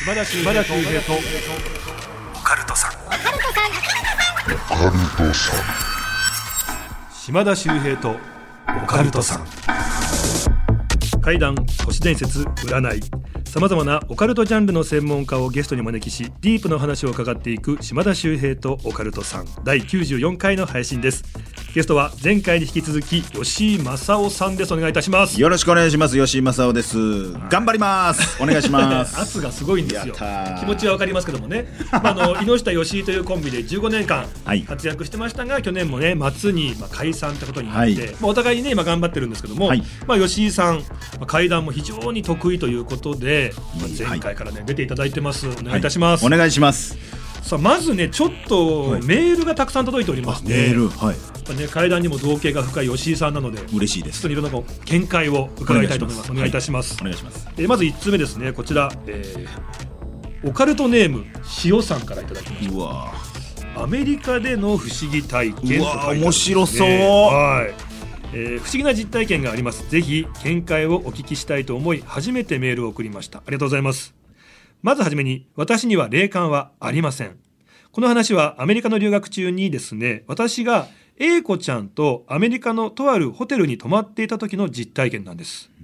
島田秀平とオカルトさん。島田秀平とオカルトさん。怪談、都市伝説、占い、さまざまなオカルトジャンルの専門家をゲストに招きし、ディープの話を伺っていく島田秀平とオカルトさん第94回の配信です。ゲストは前回に引き続き吉井正夫さんです。お願いいたします。 よろしくお願いします。吉井正夫です。頑張ります。お願いします圧がすごいんですよ。気持ちはわかりますけどもね、井下吉井というコンビで15年間活躍してましたが、去年もね末に解散ってことになって、お互いにね今頑張ってるんですけども、吉井さん怪談も非常に得意ということで、前回からね出ていただいてます。お願いいたします。 お願いします。 さあまずねちょっとメールがたくさん届いておりまして、 メール、 怪談にも造形が深い吉井さんなので嬉しいです。 ちょっといろんな見解を伺いたいと思います。お願いいたします。 お願いします。 まず1つ目ですね、こちら、オカルトネーム塩さんからいただきました。 うわアメリカでの不思議体験と書いてあるんですね。 面白そう。 不思議な実体験があります。ぜひ見解をお聞きしたいと思い初めてメールを送りました。ありがとうございます。まずはじめに、私には霊感はありません。この話はアメリカの留学中にですね、私が A 子ちゃんとアメリカのとあるホテルに泊まっていた時の実体験なんです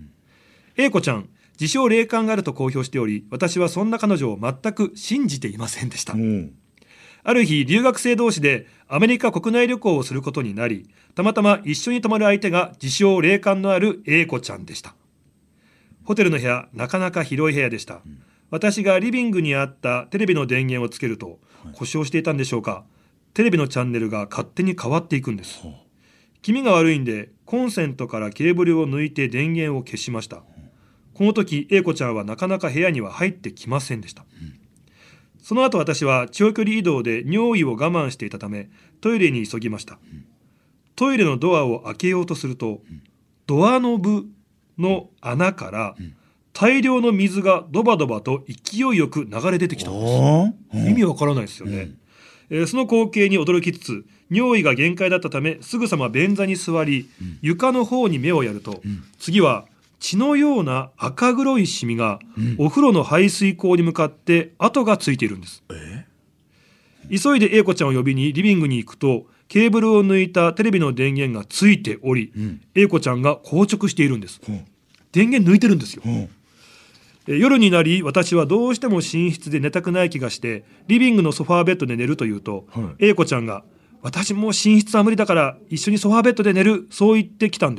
。A 子ちゃん、自称霊感があると公表しており、私はそんな彼女を全く信じていませんでした。ある日、留学生同士でアメリカ国内旅行をすることになり、たまたま一緒に泊まる相手が自称霊感のある A 子ちゃんでした。ホテルの部屋、なかなか広い部屋でした。私がリビングにあったテレビの電源をつけると、故障していたんでしょうか、テレビのチャンネルが勝手に変わっていくんです。気味が悪いんでコンセントからケーブルを抜いて電源を消しました。この時 A 子ちゃんはなかなか部屋には入ってきませんでした。その後私は長距離移動で尿意を我慢していたためトイレに急ぎました。トイレのドアを開けようとすると、ドアノブの穴から大量の水がドバドバと勢いよく流れ出てきたんです。意味わからないですよね。その光景に驚きつつ、尿意が限界だったためすぐさま便座に座り、床の方に目をやると、次は血のような赤黒いシミがお風呂の排水口に向かって跡がついているんです。急いで A 子ちゃんを呼びにリビングに行くと、ケーブルを抜いたテレビの電源がついており、A 子ちゃんが硬直しているんです。電源抜いてるんですよ。夜になり私はどうしても寝室で寝たくない気がしてリビングのソファーベッドで寝るというと、A 子ちゃんが私も寝室は無理だから一緒にソファーベッドで寝る、そう言ってきたんです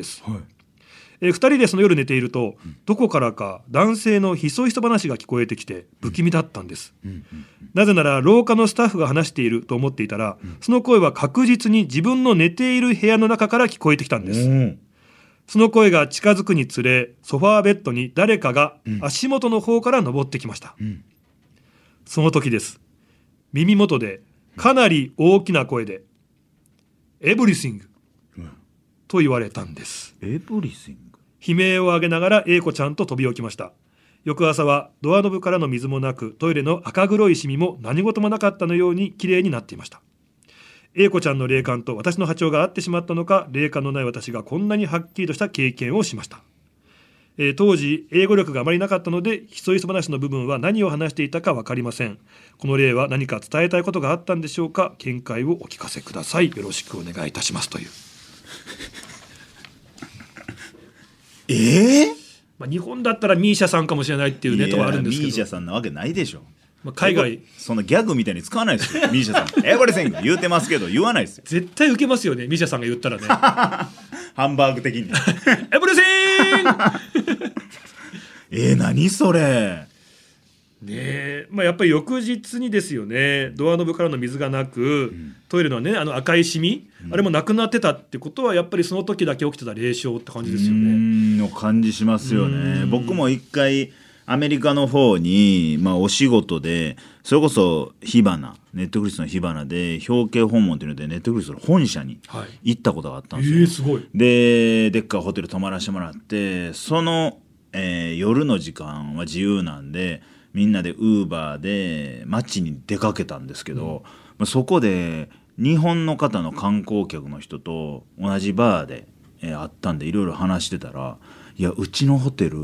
。2人でその夜寝ていると、どこからか男性のひそひそ話が聞こえてきて不気味だったんです。なぜなら廊下のスタッフが話していると思っていたら、その声は確実に自分の寝ている部屋の中から聞こえてきたんです。その声が近づくにつれ、ソファーベッドに誰かが足元の方から登ってきました。その時です。耳元でかなり大きな声でエブリシングと言われたんです。 エブリシング。 悲鳴を上げながら A 子ちゃんと飛び起きました。翌朝はドアノブからの水もなく、トイレの赤黒いシミも何事もなかったのようにきれいになっていました。A 子ちゃんの霊感と私の波長が合ってしまったのか、霊感のない私がこんなにはっきりとした経験をしました。当時英語力があまりなかったので、ひそひそ話の部分は何を話していたか分かりません。この霊は何か伝えたいことがあったんでしょうか。見解をお聞かせください。よろしくお願いいたします、という日本だったらミーシャさんかもしれないっていうネタはあるんですけど、 ミーシャさんなわけないでしょ。 海外そんなギャグみたいに使わないですよ。ミーシャさんエブリシング言うてますけど言わないですよ。 絶対受けますよね、ミーシャさんが言ったらねハンバーグ的にエブリシング何それね。やっぱり翌日にですよね、ドアノブからの水がなく、トイレのね赤いシミ、あれもなくなってたってことは、やっぱりその時だけ起きてた霊障って感じですよね。 の感じしますよね。僕も一回アメリカの方に、お仕事で、それこそ火花、ネットフリックスの火花で表敬訪問というのでネットフリックスの本社に行ったことがあったんですよ。 すごい。 でっかいホテル泊まらせてもらって、その、夜の時間は自由なんでみんなでウーバーで街に出かけたんですけど、そこで日本の方の観光客の人と同じバーで、会ったんでいろいろ話してたら、いやうちのホテル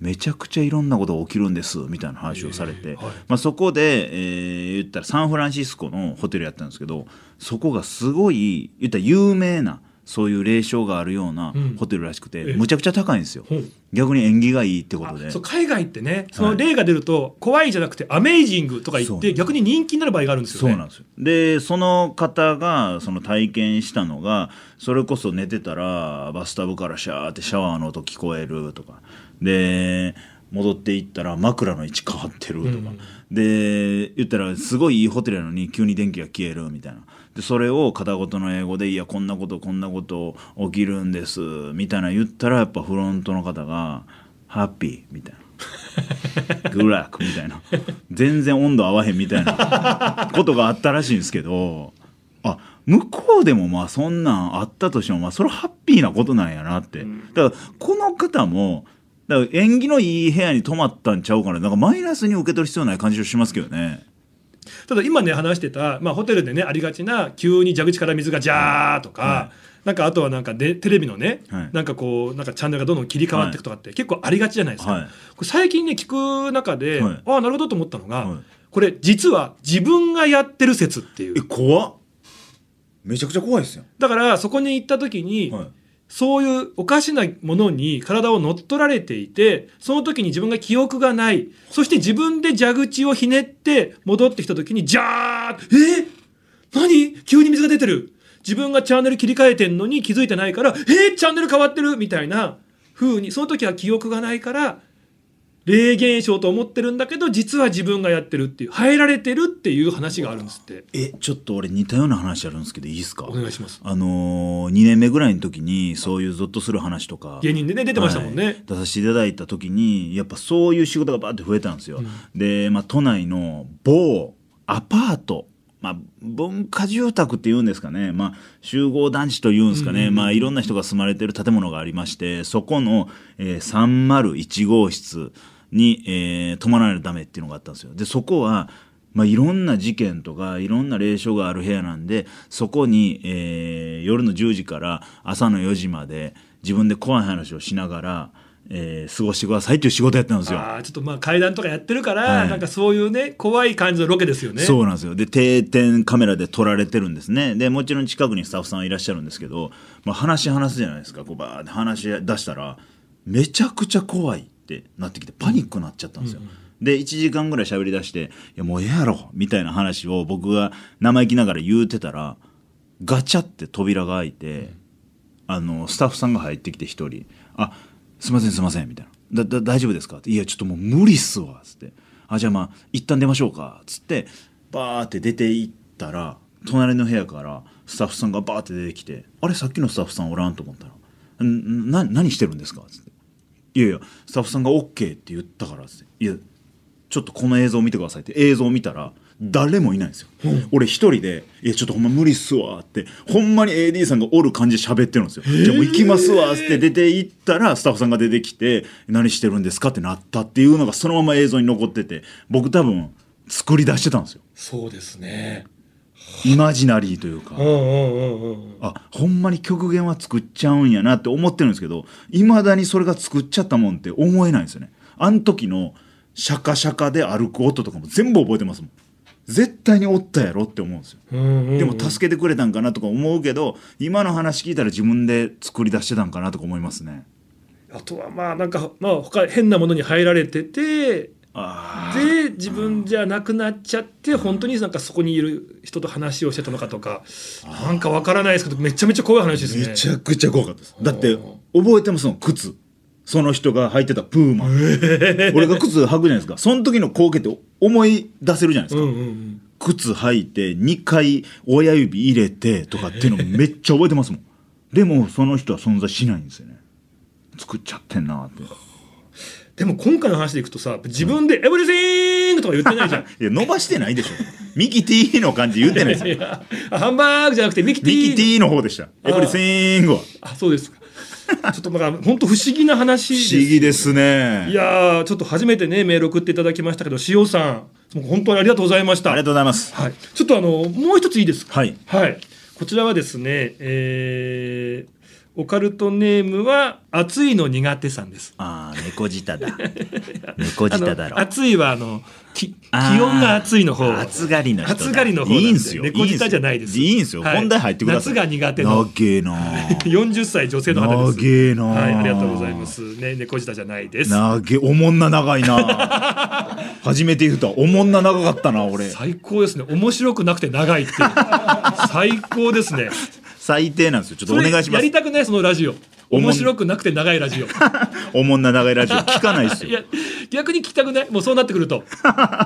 めちゃくちゃいろんなことが起きるんですみたいな話をされて、 はいまあ、そこで、言ったらサンフランシスコのホテルやったんですけど、そこがすごい言ったら有名なそういう霊障があるようなホテルらしくて、むちゃくちゃ高いんですよ。逆に縁起がいいってことで。 そう海外ってね、その霊が出ると怖いじゃなくてアメイジングとか言って逆に人気になる場合があるんですよね。 そうなんですよ。でその方がその体験したのが、それこそ寝てたらバスタブからシャーってシャワーの音聞こえるとかで、戻っていったら枕の位置変わってるとか、で言ったらすごいいいホテルなのに急に電気が消えるみたいな。でそれを片言の英語で、いやこんなこと起きるんですみたいな言ったら、やっぱフロントの方がハッピーみたいなグラックみたいな、全然温度合わへんみたいなことがあったらしいんですけど、あ、向こうでもまあそんなんあったとしても、まあそれはハッピーなことなんやなって。だからこの方もだから縁起のいい部屋に泊まったんちゃうかな、なんかマイナスに受け取る必要ない感じがしますけどね。 ただ今ね話してた、まあ、ホテルでねありがちな急に蛇口から水がジャーとか、なんかあとはなんかでテレビのね、なんかこうなんかチャンネルがどんどん切り替わっていくとかって結構ありがちじゃないですか。これ最近ね聞く中で、ああなるほどと思ったのが、これ実は自分がやってる説っていう。 怖っ、めちゃくちゃ怖いですよ。 だからそこに行った時に、そういうおかしなものに体を乗っ取られていて、その時に自分が記憶がない、そして自分で蛇口をひねって戻ってきた時にジャー、何急に水が出てる、自分がチャンネル切り替えてんのに気づいてないから、チャンネル変わってるみたいな風に、その時は記憶がないから霊現象と思ってるんだけど、実は自分がやってるっていう、入られてるっていう話があるんですって。 ちょっと俺似たような話あるんですけどいいですか。 お願いします。 2年目ぐらいの時にそういうゾッとする話とか芸人でね出てましたもんね、 出させていただいた時に、やっぱそういう仕事がバーって増えたんですよ、で、まあ、都内の某アパート、まあ、文化住宅っていうんですかね、まあ、集合団地というんですかね、まあ、いろんな人が住まれてる建物がありまして、そこの、301号室に、泊まらないとダメっていうのがあったんですよ。でそこは、まあ、いろんな事件とかいろんな霊障がある部屋なんで、そこに、夜の10時から朝の4時まで自分で怖い話をしながら、過ごしてくださいっていう仕事やったんですよ。 ちょっとまあ階段とかやってるから、なんかそういうね怖い感じのロケですよね。 そうなんですよ。で定点カメラで撮られてるんですね。でもちろん近くにスタッフさんはいらっしゃるんですけど、まあ、話すじゃないですか。こうバーって話し出したらめちゃくちゃ怖いってなってきてパニックになっちゃったんですよ、で1時間ぐらい喋り出して、いやもうええやろみたいな話を僕が生意気ながら言うてたら、ガチャって扉が開いて、スタッフさんが入ってきて一人、すいませんみたいな、大丈夫ですかって、いやちょっともう無理っすわっつって、じゃあまあ一旦出ましょうかっつってバーって出て行ったら、隣の部屋からスタッフさんがバーって出てきて、あれさっきのスタッフさんおらんと思ったら、何してるんですかっつって、いやスタッフさんが OK って言ったからっつって、いやちょっとこの映像を見てくださいって映像を見たら誰もいないんですよ、俺一人で、いやちょっとほんま無理っすわって、ほんまに AD さんがおる感じで喋ってるんですよ。じゃあもう行きますわって出て行ったら、スタッフさんが出てきて、何してるんですかってなったっていうのがそのまま映像に残ってて、僕多分作り出してたんですよ。 そうですね、 イマジナリーというか、ほんまに極限は作っちゃうんやなって思ってるんですけど、いまだにそれが作っちゃったもんって思えないんですよね。あの時のシャカシャカで歩く音とかも全部覚えてますもん。絶対におったやろって思うんですよ、でも助けてくれたんかなとか思うけど、今の話聞いたら自分で作り出してたんかなとか思いますね。 あとはまあなんか、他変なものに入られてて、で自分じゃなくなっちゃって、本当になんかそこにいる人と話をしてたのかとか、なんかわからないですけど、めちゃめちゃ怖い話ですね。 めちゃくちゃ怖かったです。だって覚えてますもん、靴、その人が履いてたプーマ、俺が靴履くじゃないですか。その時の光景って思い出せるじゃないですか、靴履いて2回親指入れてとかっていうのめっちゃ覚えてますもん。でもその人は存在しないんですよね。作っちゃってんなって。 でも今回の話でいくとさ、自分でエブリシングとか言ってないじゃん。 いや伸ばしてないでしょ。ミキティの感じ言ってないですよ。 ハンバーグじゃなくてミキティの方でした。エブリシングは。 そうですか。ちょっとなんか本当不思議な話です。 不思議ですね。 いやちょっと初めてねメール送っていただきましたけど、塩さん本当にありがとうございました。 ありがとうございます、 ちょっともう一ついいですか。 はい、 こちらはですね、 オカルトネームは暑いの苦手さんです。 猫舌だ猫舌だろ。 暑いは気温が暑いの方、 暑がりの人だ。 暑がりの方なんで、いいんすよ。猫舌じゃないです。 いいんすよ、本題入ってください。 夏が苦手の長えな 40歳女性の方です。 長えな、 はい、ありがとうございますね。猫舌じゃないです。 おもんな長いな初めて言うとおもんな長かったな俺。 最高ですね。面白くなくて長いっていう最高ですね。 最低なんですよ。ちょっとお願いします。 やりたくない、そのラジオ。面白くなくて長いラジオおもんな長いラジオ聞かないですよ。 いや逆に聞きたくない。もうそうなってくると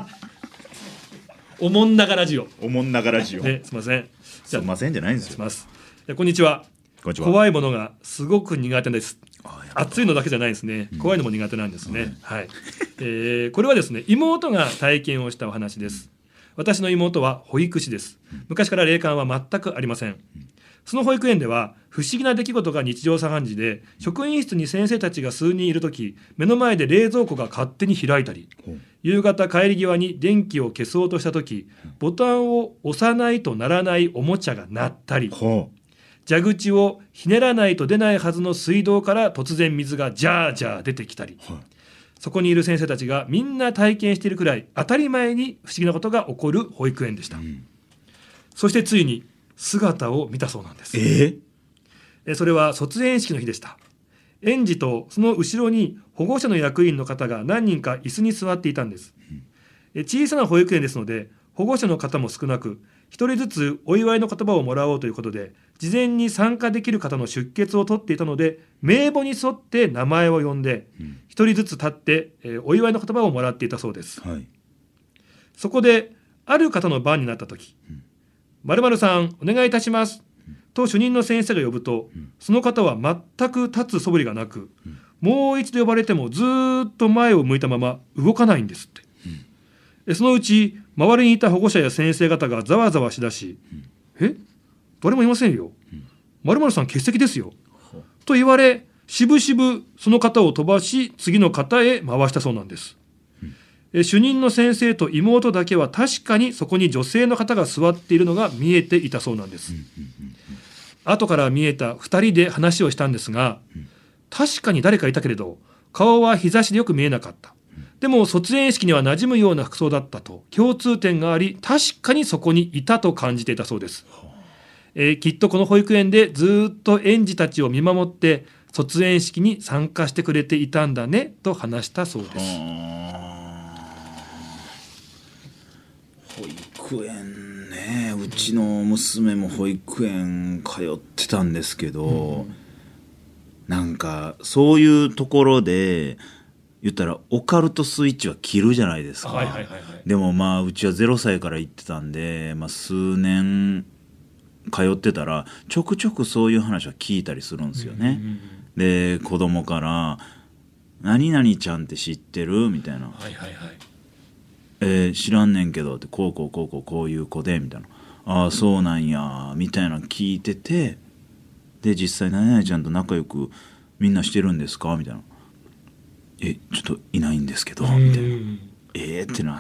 おもんながラジオ、 おもんながラジオ、 ね、すいません。 すいませんじゃないんですよ。 します。こんにちは。怖いものがすごく苦手です。暑いのだけじゃないですね、怖いのも苦手なんですね、はいこれはですね、妹が体験をしたお話です。私の妹は保育士です。昔から霊感は全くありません。その保育園では不思議な出来事が日常茶飯事で、職員室に先生たちが数人いるとき、目の前で冷蔵庫が勝手に開いたり、夕方帰り際に電気を消そうとしたとき、ボタンを押さないと鳴らないおもちゃが鳴ったり、蛇口をひねらないと出ないはずの水道から突然水がジャージャー出てきたり、そこにいる先生たちがみんな体験しているくらい当たり前に不思議なことが起こる保育園でした、そしてついに姿を見たそうなんです。それは卒園式の日でした。園児とその後ろに保護者の役員の方が何人か椅子に座っていたんです。小さな保育園ですので保護者の方も少なく、一人ずつお祝いの言葉をもらおうということで、事前に参加できる方の出欠を取っていたので、名簿に沿って名前を呼んで一人ずつ立って、お祝いの言葉をもらっていたそうです、そこである方の番になった時、〇〇さんお願いいたしますと主任の先生が呼ぶと、その方は全く立つ素振りがなく、もう一度呼ばれてもずっと前を向いたまま動かないんですって。そのうち周りにいた保護者や先生方がざわざわしだし、誰もいませんよ、〇〇さん欠席ですよと言われ、しぶしぶその方を飛ばし次の方へ回したそうなんです。主任の先生と妹だけは確かにそこに女性の方が座っているのが見えていたそうなんです。後から見えた2人で話をしたんですが、確かに誰かいたけれど顔は日差しでよく見えなかった。でも卒園式には馴染むような服装だったと共通点があり、確かにそこにいたと感じていたそうです。きっとこの保育園でずっと園児たちを見守って卒園式に参加してくれていたんだねと話したそうです。 保育園ね、うちの娘も保育園通ってたんですけど、なんかそういうところで言ったらオカルトスイッチは切るじゃないですか、でもまあうちは0歳から行ってたんで、数年通ってたらちょくちょくそういう話は聞いたりするんですよね、で子供から「何々ちゃんって知ってる?」みたいな、知らんねんけどって、こういう子でみたいな、ああそうなんやみたいな聞いてて、で実際何々ちゃんと仲良くみんなしてるんですかみたいな、ちょっといないんですけどみたいな、ってなって、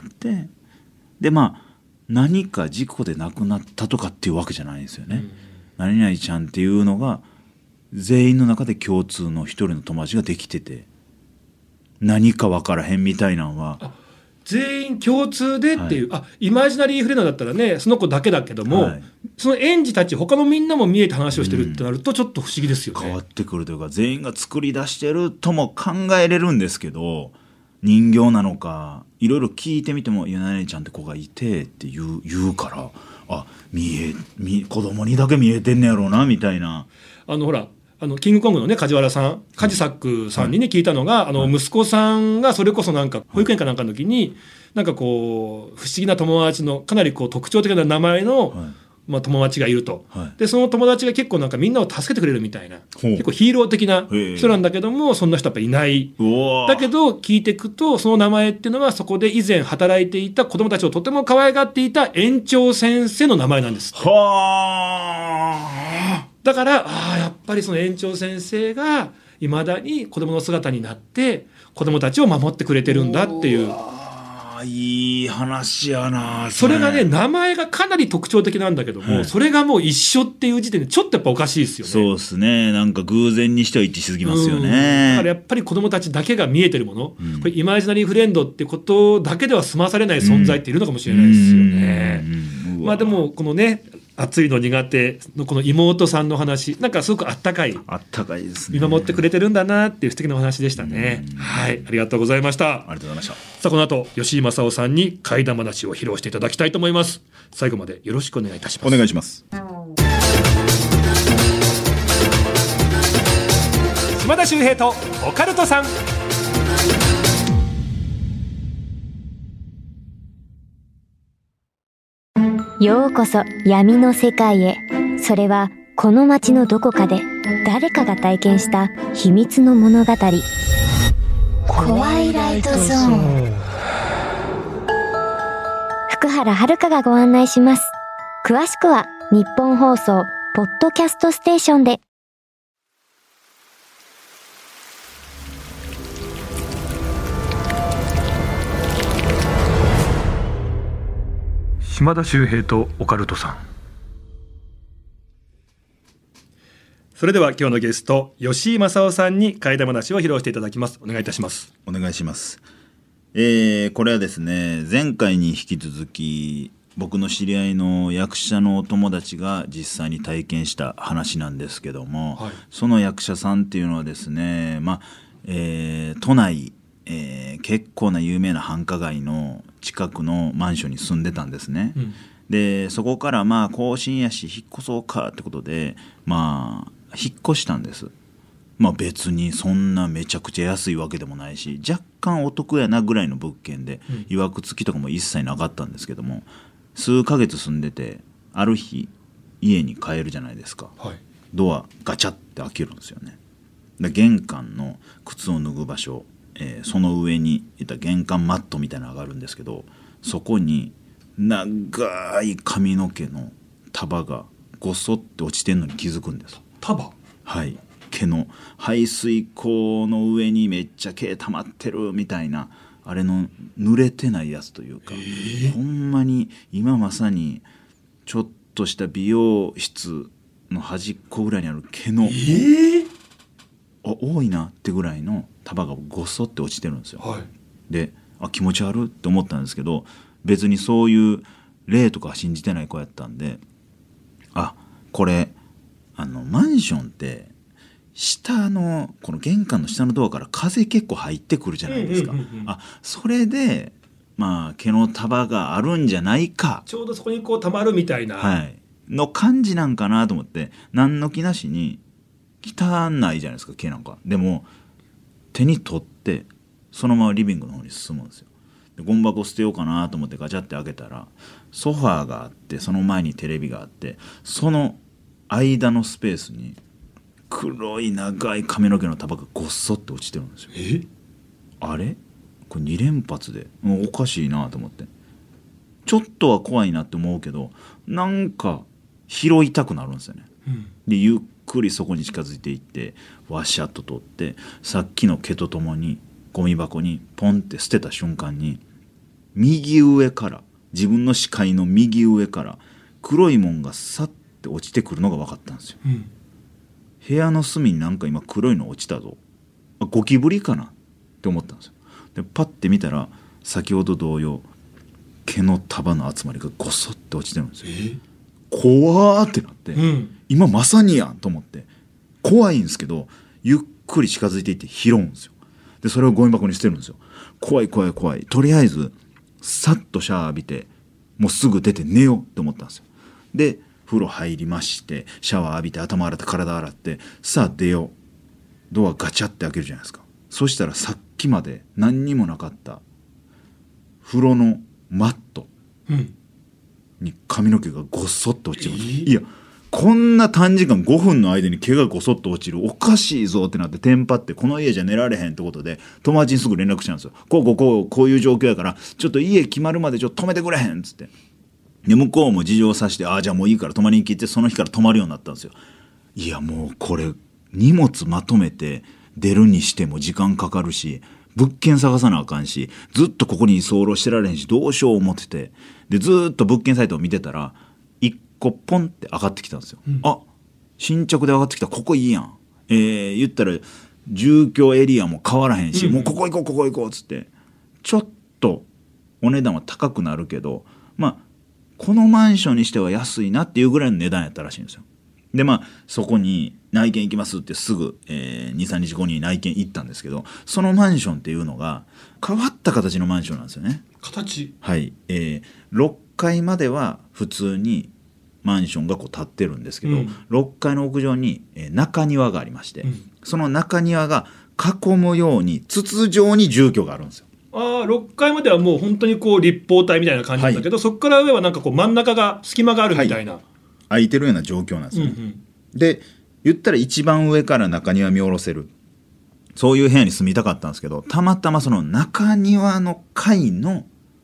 で何か事故で亡くなったとかっていうわけじゃないんですよね、何々ちゃんっていうのが全員の中で共通の一人の友達ができてて、何か分からへんみたいなのは全員共通でっていう、イマジナリーフレンドだったらね、その子だけだけども、その園児たち他のみんなも見えて話をしてるってなるとちょっと不思議ですよね、 変わってくるというか、全員が作り出してるとも考えれるんですけど、人形なのかいろいろ聞いてみても、いや何々ちゃんって子がいてって言うから、子供にだけ見えてんねやろうなみたいな。 ほらキングコングのね梶原さん、カジサックさんにね、聞いたのが、息子さんがそれこそなんか保育園かなんかの時に、なんかこう不思議な友達のかなりこう特徴的な名前の、友達がいると、でその友達が結構なんかみんなを助けてくれるみたいな、結構ヒーロー的な人なんだけども、そんな人やっぱいない。だけど聞いていくと、その名前っていうのはそこで以前働いていた子どもたちをとても可愛がっていた園長先生の名前なんですって。だからやっぱりその園長先生がいまだに子どもの姿になって子どもたちを守ってくれてるんだっていう。 いい話やな。 それがね、名前がかなり特徴的なんだけども、それがもう一緒っていう時点でちょっとやっぱおかしいですよね。 そうですね。なんか偶然にしては一致しすぎますよね。 だからやっぱり子供たちだけが見えてるもの、これイマジナリーフレンドってことだけでは済まされない存在っているのかもしれないですよね。まあでもこのね、暑いの苦手のこの妹さんの話、なんかすごくあったかいですね。 見守ってくれてるんだなっていう素敵なお話でしたね。はい、ありがとうございました。 ありがとうございました。 さあこの後吉井正夫さんに怪談話を披露していただきたいと思います。最後までよろしくお願いいたします。 お願いします。 島田秀平とオカルトさん。 ようこそ闇の世界へ。それはこの街のどこかで誰かが体験した秘密の物語。怖いライトゾーン。福原遥がご案内します。詳しくは日本放送ポッドキャストステーションで。 島田秀平とオカルトさん。それでは今日のゲスト吉井正夫さんに怪談話を披露していただきます。お願いいたします。 お願いします。これはですね、前回に引き続き僕の知り合いの役者のお友達が実際に体験した話なんですけども、はい、その役者さんっていうのはですね、都内、結構な有名な繁華街の近くのマンションに住んでたんですね。でそこから更新やし引っ越そうかってことで引っ越したんです。別にそんなめちゃくちゃ安いわけでもないし、若干お得やなぐらいの物件で、いわくつきとかも一切なかったんですけども、数ヶ月住んでてある日家に帰るじゃないですか、はい、ドアガチャって開けるんですよね。で玄関の靴を脱ぐ場所、その上にいた玄関マットみたいなのがあるんですけど、そこに長い髪の毛の束がごそって落ちてんのに気づくんです。 束？ はい、毛の排水溝の上にめっちゃ毛溜まってるみたいな、あれの濡れてないやつというか、ほんまに今まさにちょっとした美容室の端っこぐらいにある毛の、多いなってぐらいの束がごそって落ちてるんですよ、はい、で気持ち悪いって思ったんですけど、別にそういう霊とか信じてない子やったんで、これマンションって下のこの玄関の下のドアから風結構入ってくるじゃないですか。それで毛の束があるんじゃないか、 ちょうどそこにこう溜まるみたいな、 の感じなんかなと思って、何の気なしに汚いじゃないですか毛なんか。でも手に取ってそのままリビングの方に進むんですよ。でゴミ箱捨てようかなと思ってガチャって開けたらソファーがあって、その前にテレビがあって、その間のスペースに黒い長い髪の毛の束がごっそって落ちてるんですよ。あれこれ2連発でおかしいなと思って、ちょっとは怖いなって思うけど、なんか拾いたくなるんですよね、でゆっくりそこに近づいていってワシャッと取って、さっきの毛とともにゴミ箱にポンって捨てた瞬間に、右上から、自分の視界の右上から黒いもんがさって落ちてくるのが分かったんですよ、部屋の隅になんか今黒いの落ちたぞ、ゴキブリかなって思ったんですよ。でパッて見たら先ほど同様毛の束の集まりがゴソって落ちてるんですよ。怖ーってなって、今まさにやんと思って、怖いんですけどゆっくり近づいていって拾うんですよ。でそれをゴミ箱に捨てるんですよ。怖い、とりあえずさっとシャワー浴びてもうすぐ出て寝ようって思ったんですよ。で風呂入りまして、シャワー浴びて頭洗って体洗って、さあ出よう、ドアガチャって開けるじゃないですか。そしたらさっきまで何にもなかった風呂のマットに髪の毛がごっそっと落ちるんです、いやこんな短時間5分の間に毛がごそっと落ちる、おかしいぞってなってテンパって、この家じゃ寝られへんってことで友達にすぐ連絡したんですよ。こういう状況やからちょっと家決まるまでちょっと止めてくれへんっつって、で向こうも事情をさして、じゃあもういいから泊まりに来て、その日から泊まるようになったんですよ。いやもうこれ荷物まとめて出るにしても時間かかるし、 物件探さなあかんし、ずっとここに居候してられへんし、どうしよう思ってて、でずっと物件サイトを見てたら1個ポンって上がってきたんですよ、あ、新着で上がってきた、ここいいやん、言ったら住居エリアも変わらへんし、もうここ行こうここ行こうっつって、ちょっとお値段は高くなるけど、このマンションにしては安いなっていうぐらいの値段やったらしいんですよ。でそこに内見行きますってすぐ、2,3 日後に内見行ったんですけど、そのマンションっていうのが変わった形のマンションなんですよね。 形、 はい、6階までは普通にマンションがこう建ってるんですけど、6階の屋上に、中庭がありまして、その中庭が囲むように筒状に住居があるんですよ。 6階まではもう本当にこう立方体みたいな感じなんだけど、そこから上はなんかこう真ん中が隙間があるみたいな、 空いてるような状況なんですよね、で言ったら一番上から中庭見下ろせる、そういう部屋に住みたかったんですけど、たまたまその中庭の階の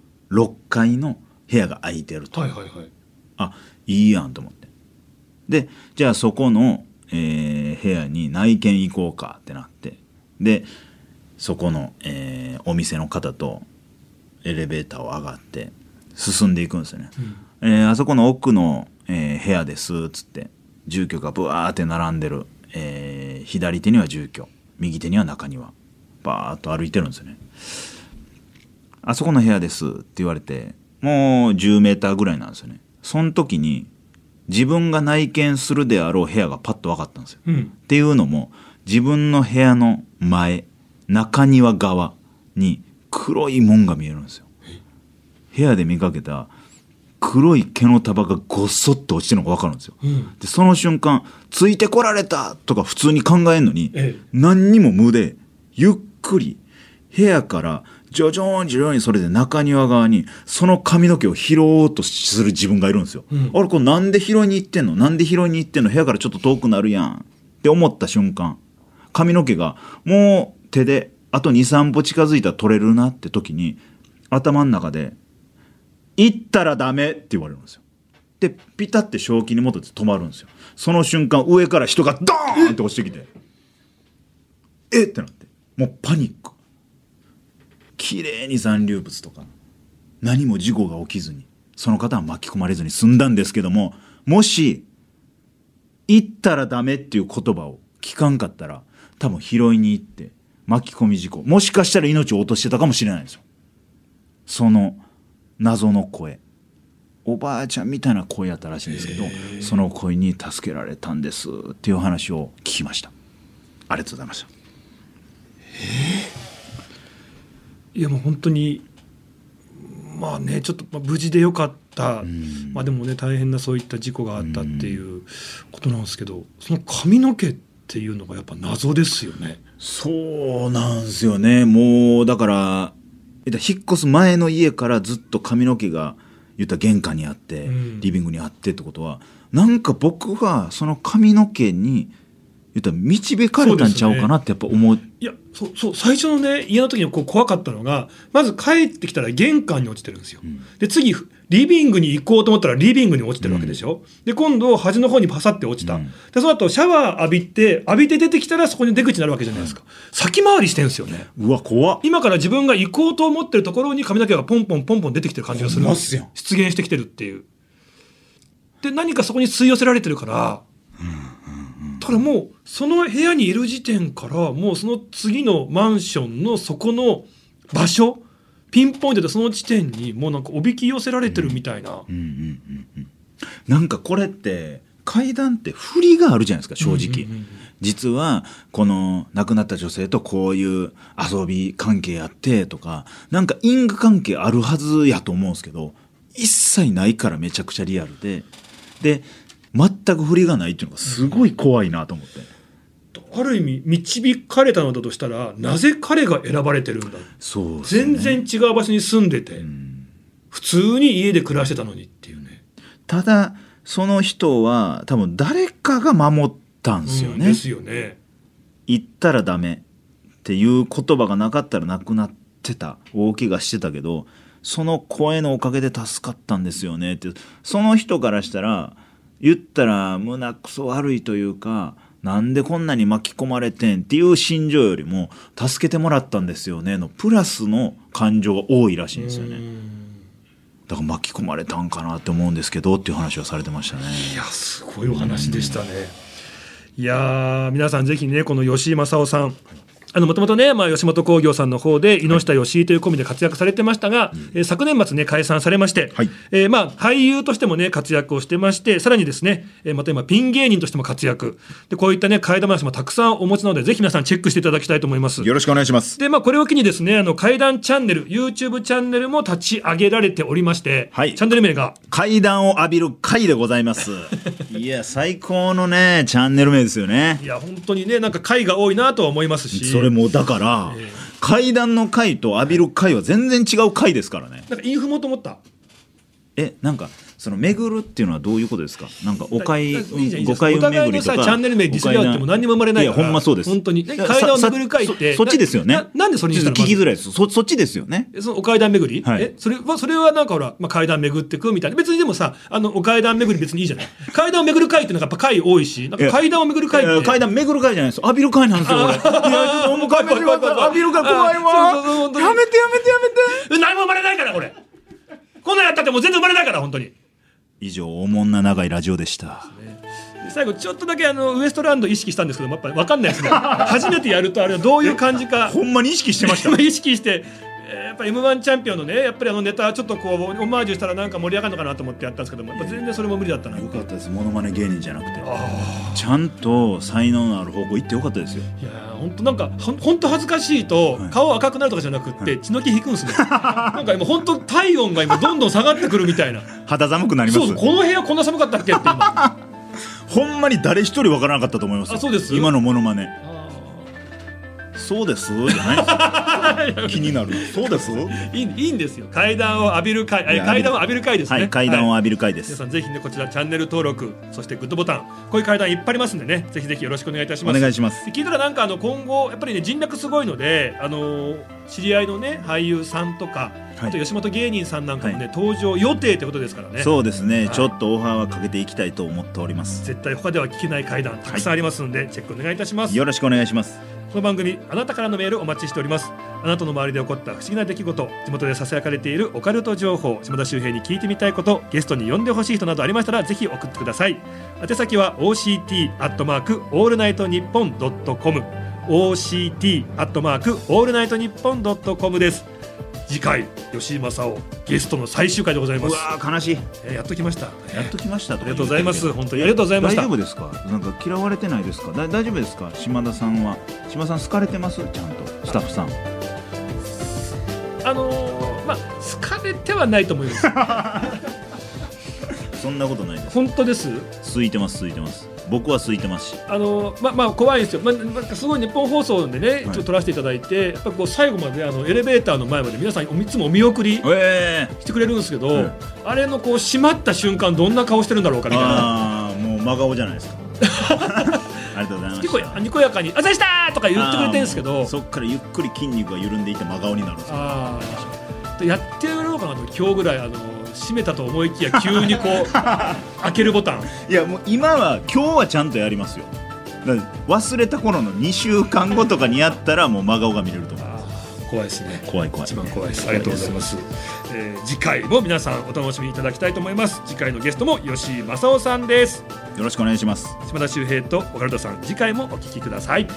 6階の部屋が空いてると、いいやんと思って、でじゃあそこの、部屋に内見行こうかってなって、でそこの、お店の方とエレベーターを上がって進んでいくんですよね、あそこの奥の、部屋ですっつって住居がブワーって並んでる、左手には住居、右手には中庭、バーッと歩いてるんですよね。あそこの部屋ですって言われて、もう10メーターぐらいなんですよね。その時に自分が内見するであろう部屋がパッと分かったんですよ、っていうのも自分の部屋の前、中庭側に黒い門が見えるんですよ。部屋で見かけた黒い毛の束がごっそっと落ちてるのが分かるんですよ、でその瞬間ついてこられたとか普通に考えんのに、何にも無でゆっくり部屋から徐々にそれで中庭側にその髪の毛を拾おうとする自分がいるんですよ、あれこれなんで拾いに行ってんの、なんで拾いに行ってんの、部屋からちょっと遠くなるやんって思った瞬間、髪の毛がもう手であと 2,3 歩近づいたら取れるなって時に頭の中で行ったらダメって言われるんですよ。でピタって正気に戻って止まるんですよ。その瞬間上から人がドーンって落ちてきてってなって、もうパニック、綺麗に残留物とか何も事故が起きずにその方は巻き込まれずに済んだんですけども、もし行ったらダメっていう言葉を聞かんかったら多分拾いに行って巻き込み事故、もしかしたら命を落としてたかもしれないんですよ。その謎の声、おばあちゃんみたいな声やったらしいんですけど、その声に助けられたんですっていう話を聞きました。ありがとうございました。 いやもう本当にちょっと無事でよかった、でもね大変なそういった事故があったっていうことなんですけど、その髪の毛っていうのがやっぱ謎ですよね。 そうなんですよね。もうだから引っ越す前の家からずっと髪の毛が言ったら玄関にあって、リビングにあってってことは、なんか僕はその髪の毛に言ったら導かれたんちゃうかなってやっぱ思う。 いやそう最初のね家の時にこう怖かったのが、まず帰ってきたら玄関に落ちてるんですよ、で次リビングに行こうと思ったらリビングに落ちてるわけでしょ、で今度端の方にパサって落ちた、でその後シャワー浴びて出てきたらそこに出口になるわけじゃないですか、先回りしてるんですよね。 うわ怖っ。 今から自分が行こうと思ってるところに髪の毛がポンポンポンポン出てきてる感じがするんですよ。出現してきてるっていう。で何かそこに吸い寄せられてるから、ただもうその部屋にいる時点からもうその次のマンションのそこの場所ピンポイントでその地点にもうなんかおびき寄せられてるみたいな、 なんかこれって階段って振りがあるじゃないですか正直、実はこの亡くなった女性とこういう遊び関係あってとかなんか因果関係あるはずやと思うんですけど、一切ないからめちゃくちゃリアルで全く振りがないっていうのがすごい怖いなと思って、 ある意味導かれたのだとしたらなぜ彼が選ばれてるんだ。 そうですね、 全然違う場所に住んでて、普通に家で暮らしてたのにっていうね。 ただその人は多分誰かが守ったんですよね、 ですよね。 言ったらダメっていう言葉がなかったら亡くなってた、大怪我してたけどその声のおかげで助かったんですよねって、その人からしたら言ったら胸くそ悪いというか、 なんでこんなに巻き込まれてんっていう心情よりも助けてもらったんですよねのプラスの感情が多いらしいんですよね。だから巻き込まれたんかなって思うんですけどっていう話をされてましたね。 いやすごいお話でしたね。いや皆さんぜひねこの吉井正夫さんもともとね、吉本興業さんの方で井下義井というコンビで活躍されてましたが、昨年末ね解散されまして、 はい俳優としてもね活躍をしてまして、さらにですね、また今ピン芸人としても活躍で、こういったね怪談話もたくさんお持ちなのでぜひ皆さんチェックしていただきたいと思います。 よろしくお願いします。 でこれを機にですね怪談チャンネル YouTube チャンネルも立ち上げられておりまして、 はい、 チャンネル名が怪談を浴びる会でございますいや最高のねチャンネル名ですよね。 いや本当にねなんか会が多いなとは思いますし、 それもだから階段の階と浴びる階は全然違う階ですからね。 なんかインフモと思った。 なんかその巡るっていうのはどういうことですか。なんかお階 5階巡りとかチャンネル名ディスり合っても何にも生まれないから。 いやほんまそうです。 本当に階段を巡る会ってそっちですよね。 なんでそれにしたの。 聞きづらいです。そっちですよね。 そのお階段巡り、 はい、 それはなんかほら、階段巡ってくみたいな。別にでもさお階段巡り別にいいじゃない。階段を巡る会ってなんかやっぱ会多いし、なんか階段を巡る会って階段巡る会じゃないです。浴びる会なんですよこれ。いやもう浴びる会怖いわ。やめて何も生まれないからこれ。こんなんやったってもう全然生まれないから本当に。 以上おもんな長いラジオでした。 最後ちょっとだけウエストランド意識したんですけどもやっぱり分かんないですね初めてやるとあれはどういう感じかほんまに意識してました意識して、やっぱり M1 チャンピオンのねやっぱりネタちょっとこうオマージュしたらなんか盛り上がるのかなと思ってやったんですけどもやっぱ全然それも無理だったな。 よかったです。モノマネ芸人じゃなくてちゃんと才能のある方向行ってよかったですよ。 いや本当なんか本当恥ずかしいと顔赤くなるとかじゃなくって血の気引くんですねなんか今本当体温が今どんどん下がってくるみたいな肌寒くなります。 そうこの部屋こんな寒かったっけって今ほんまに誰一人わからなかったと思いますよ。 そうです今のモノマネそうですじゃないです気になるそうですいいんですよ。階段を浴びる会階段を浴びる会ですね。 はい階段を浴びる会です、 皆さんぜひねこちらチャンネル登録そしてグッドボタンこういう階段いっぱいありますんでねぜひぜひよろしくお願いいたします。 お願いします。 聞いたらなんか今後やっぱりね人脈すごいので知り合いのね俳優さんとかあと吉本芸人さんなんかもね、登場予定ってことですからね。 そうですね、ちょっとオファーはかけていきたいと思っております。 絶対他では聞けない階段たくさんありますので、チェックお願いいたします。 よろしくお願いします。 この番組あなたからのメールお待ちしております。あなたの周りで起こった不思議な出来事地元でささやかれているオカルト情報島田秀平に聞いてみたいことゲストに呼んでほしい人などありましたらぜひ送ってください。宛先は OCT@allnightnippon.com OCT@allnightnippon.com です。次回吉井正夫ゲストの最終回でございます。 うわ悲しい、 やっと来ました。 やっと来ましたと。 ありがとうございます。本当にありがとうございました。 大丈夫ですか。なんか嫌われてないですか。大丈夫ですか。島田さんは島田さん好かれてますちゃんとスタッフさん。 好かれてはないと思いますそんなことないです。 本当です。 空いてます僕は空いてますし怖いですよ。すごい日本放送でね、ちょっと撮らせていただいてやっぱこう最後までエレベーターの前まで皆さんいつもお見送りしてくれるんですけど、あれのこう閉まった瞬間どんな顔してるんだろうかみたいな。 もう真顔じゃないですかありがとうございます。 結構にこやかにあざしたーとか言ってくれてるんですけどそっからゆっくり筋肉が緩んでいて真顔になるんですよ。 やってやろうかなと今日ぐらい閉めたと思いきや急にこう開けるボタン。 いやもう今は今日はちゃんとやりますよ。だから忘れた頃の2週間後とかにやったらもう真顔が見れると思います。 怖いですね。 怖い一番怖いです。ありがとうございます。次回も皆さんお楽しみいただきたいと思います。次回のゲストも吉井正夫さんです。 よろしくお願いします。 島田秀平とオカルトさん次回もお聞きください。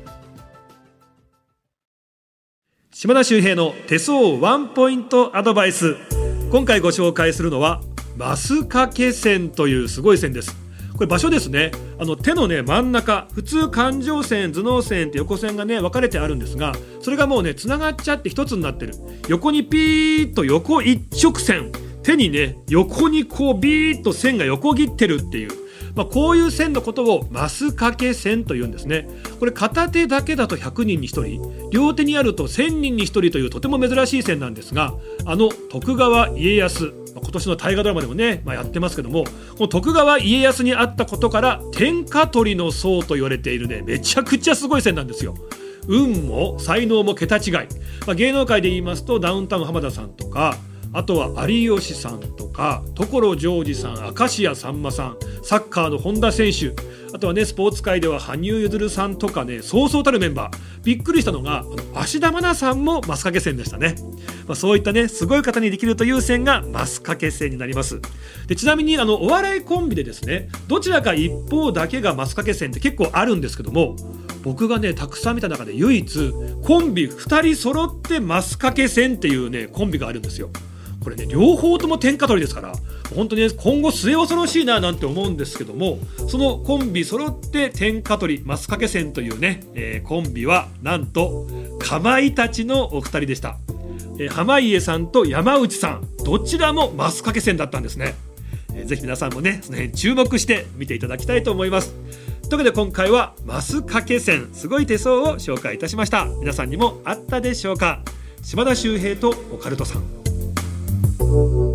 島田秀平の手相ワンポイントアドバイス。今回ご紹介するのはマス掛け線というすごい線です。これ場所ですね。手のね真ん中普通感情線頭脳線って横線がね分かれてあるんですがそれがもうねつながっちゃって一つになってる。横にピーッと横一直線手にね横にこうビーッと線が横切ってるっていうこういう線のことをマス掛け線というんですね。これ片手だけだと100人に1人両手にあると1000人に1人というとても珍しい線なんですが徳川家康今年の大河ドラマでもね、やってますけどもこの徳川家康にあったことから天下取りの相と言われているねめちゃくちゃすごい線なんですよ。運も才能も桁違い、芸能界で言いますとダウンタウン浜田さんとかあとは有吉さんとか所ジョージさん明石家さんまさんサッカーの本田選手あとはねスポーツ界では羽生結弦さんとかね、そうそうたるメンバー。びっくりしたのが芦田愛菜さんもマスカケ線でしたね。そういったねすごい方にできるという線がマスカケ線になります。でちなみにお笑いコンビでですね、どちらか一方だけがマスカケ線って結構あるんですけども、僕がねたくさん見た中で唯一コンビ2人揃ってマスカケ線っていうねコンビがあるんですよ。これね両方とも天下取りですから、本当に、ね、今後末恐ろしいななんて思うんですけども、そのコンビ揃って天下取りマスカケ線というね、コンビはなんとかまいたちのお二人でした。濱家さんと山内さん、どちらもマスカケ線だったんですね。ぜひ皆さんもねその辺注目して見ていただきたいと思います。というわけで今回はマスカケ線すごい手相を紹介いたしました。皆さんにもあったでしょうか。島田秀平とオカルトさん。